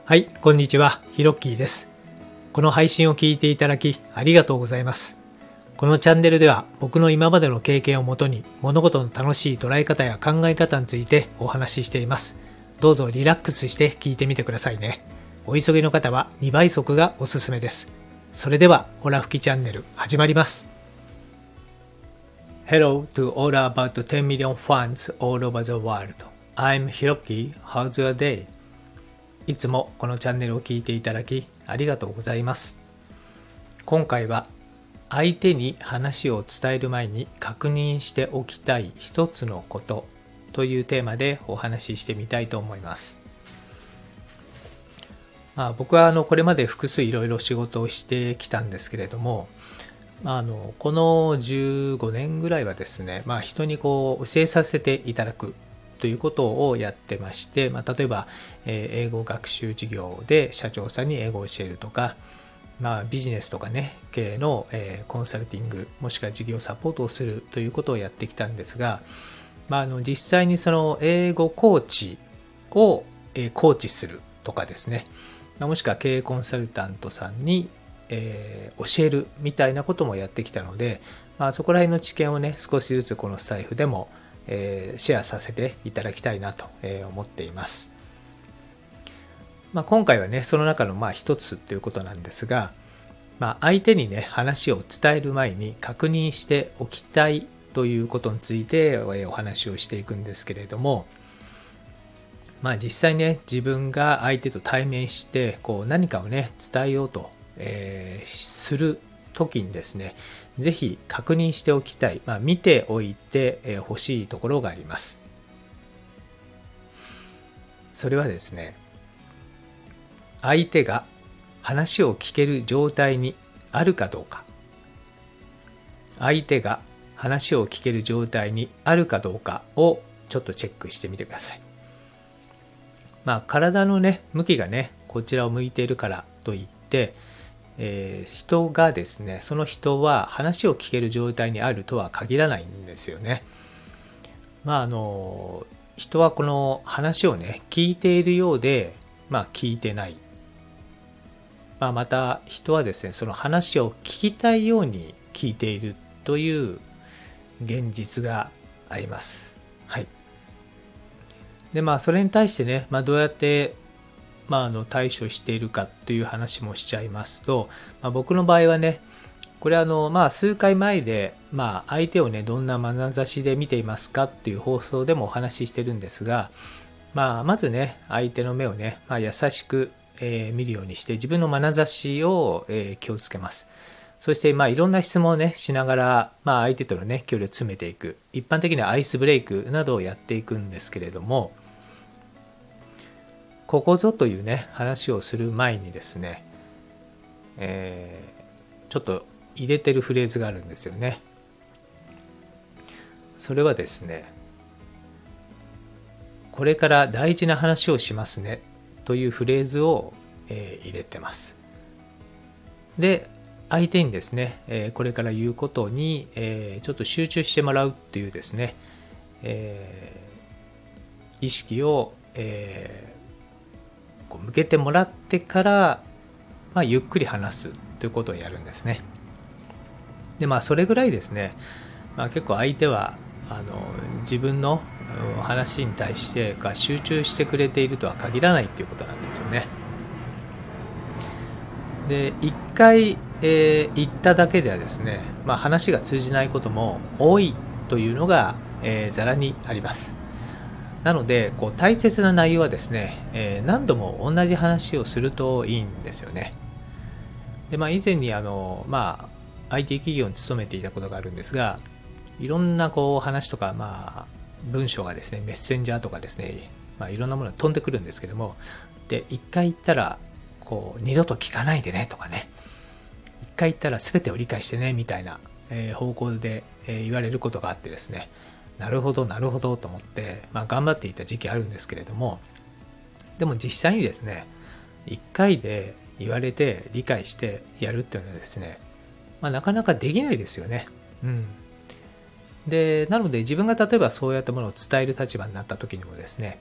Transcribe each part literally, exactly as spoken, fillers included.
はい、こんにちは。ヒロッキーです。この配信を聞いていただきありがとうございます。このチャンネルでは僕の今までの経験をもとに物事の楽しい捉え方や考え方についてお話ししています。どうぞリラックスして聞いてみてくださいね。お急ぎの方はにばい速がおすすめです。それではホラ吹きチャンネル始まります。Hello to all about ten million fans all over the world. I'm Hiroki. How's your day?いつもこのチャンネルを聞いていただきありがとうございます。今回は相手に話を伝える前に確認しておきたい一つのことというテーマでお話ししてみたいと思います。まあ、僕はあのこれまで複数いろいろ仕事をしてきたんですけれども、あのこのじゅうごねんぐらいはですね、まあ、人にこう教えさせていただくということをやってまして、まあ、例えば、えー、英語学習事業で社長さんに英語を教えるとか、まあ、ビジネスとかね経営の、えー、コンサルティングもしくは事業サポートをするということをやってきたんですが、まあ、あの実際にその英語コーチを、えー、コーチするとかですね、まあ、もしくは経営コンサルタントさんに、えー、教えるみたいなこともやってきたので、まあ、そこら辺の知見をね少しずつこのスタイフでもえー、シェアさせていただきたいなと思っています。まあ、今回はねその中のまあ一つということなんですが、まあ、相手にね話を伝える前に確認しておきたいということについてお話をしていくんですけれども、まあ、実際ね自分が相手と対面してこう何かをね伝えようと、えー、する時にですね、ぜひ確認しておきたい、まあ、見ておいてほしいところがあります。それはですね、相手が話を聞ける状態にあるかどうか、相手が話を聞ける状態にあるかどうかをちょっとチェックしてみてください。まあ、体のね向きがねこちらを向いているからといってえー、人がですねその人は話を聞ける状態にあるとは限らないんですよね。まああの人はこの話をね聞いているようで、まあ、聞いてない、まあ、また人はですねその話を聞きたいように聞いているという現実があります。はい。でまあそれに対してね、まあ、どうやってまあ、あの対処しているかという話もしちゃいますと、まあ、僕の場合はねこれはあの、まあ、数回前で、まあ、相手をねどんな眼差しで見ていますかっていう放送でもお話ししてるんですが、まあ、まずね相手の目をね、まあ、優しく、えー、見るようにして自分の眼差しを、えー、気をつけます。そして、まあ、いろんな質問をねしながら、まあ、相手とのね距離を詰めていく、一般的にはアイスブレイクなどをやっていくんですけれども、ここぞというね話をする前にですね、えー、ちょっと入れてるフレーズがあるんですよね。それはですね、これから大事な話をしますねというフレーズを、えー、入れてます。で相手にですね、えー、これから言うことに、えー、ちょっと集中してもらうっていうですね、えー、意識を、えー向けてもらってから、まあ、ゆっくり話すということをやるんですね。でまあそれぐらいですね、まあ、結構相手はあの自分の話に対して集中してくれているとは限らないということなんですよね。で一回、えー、言っただけではですね、まあ、話が通じないことも多いというのが、えー、ざらにあります。なのでこう大切な内容はですね、えー、何度も同じ話をするといいんですよね。で、まあ、以前にあの、まあ、アイティー 企業に勤めていたことがあるんですが、いろんなこう話とか、まあ、文章がですねメッセンジャーとかですね、まあ、いろんなものが飛んでくるんですけども、で一回言ったらこう二度と聞かないでねとかね、一回言ったら全てを理解してねみたいな、えー、方向で、えー、言われることがあってですね、なるほどなるほどと思って、まあ、頑張っていた時期あるんですけれども、でも実際にですねいっかいで言われて理解してやるっていうのはですね、まあ、なかなかできないですよね。うん。でなので自分が例えばそうやったものを伝える立場になった時にもですね、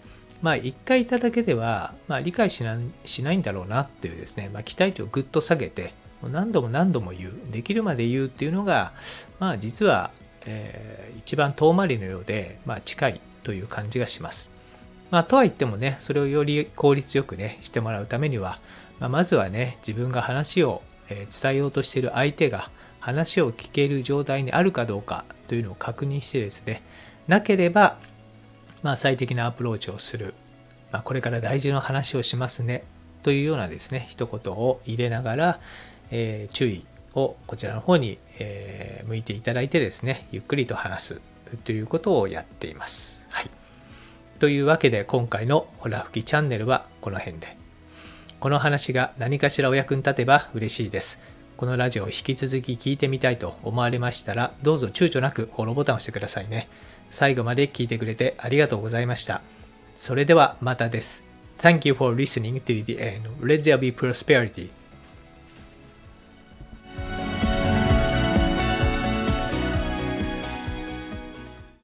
まあ一回言っただけでは、まあ、理解しな、しないんだろうなっていうですね、まあ、期待値をぐっと下げて、何度も何度も言う、できるまで言うっていうのが、まあ実は、えー、一番遠回りのようで、まあ近いという感じがします。まあとは言ってもね、それをより効率よくね、してもらうためには、まあ、まずはね、自分が話を伝えようとしている相手が話を聞ける状態にあるかどうかというのを確認してですね、なければ、まあ最適なアプローチをする。まあこれから大事な話をしますね。というようなですね、一言を入れながら、えー、注意をこちらの方に、えー、向いていただいてですね、ゆっくりと話すということをやっています。はい。というわけで今回のほら吹きチャンネルはこの辺で。この話が何かしらお役に立てば嬉しいです。このラジオを引き続き聞いてみたいと思われましたら、どうぞ躊躇なくフォローボタンを押してくださいね。最後まで聞いてくれてありがとうございました。それではまたです。Thank you for listening to the end. Let there be prosperity.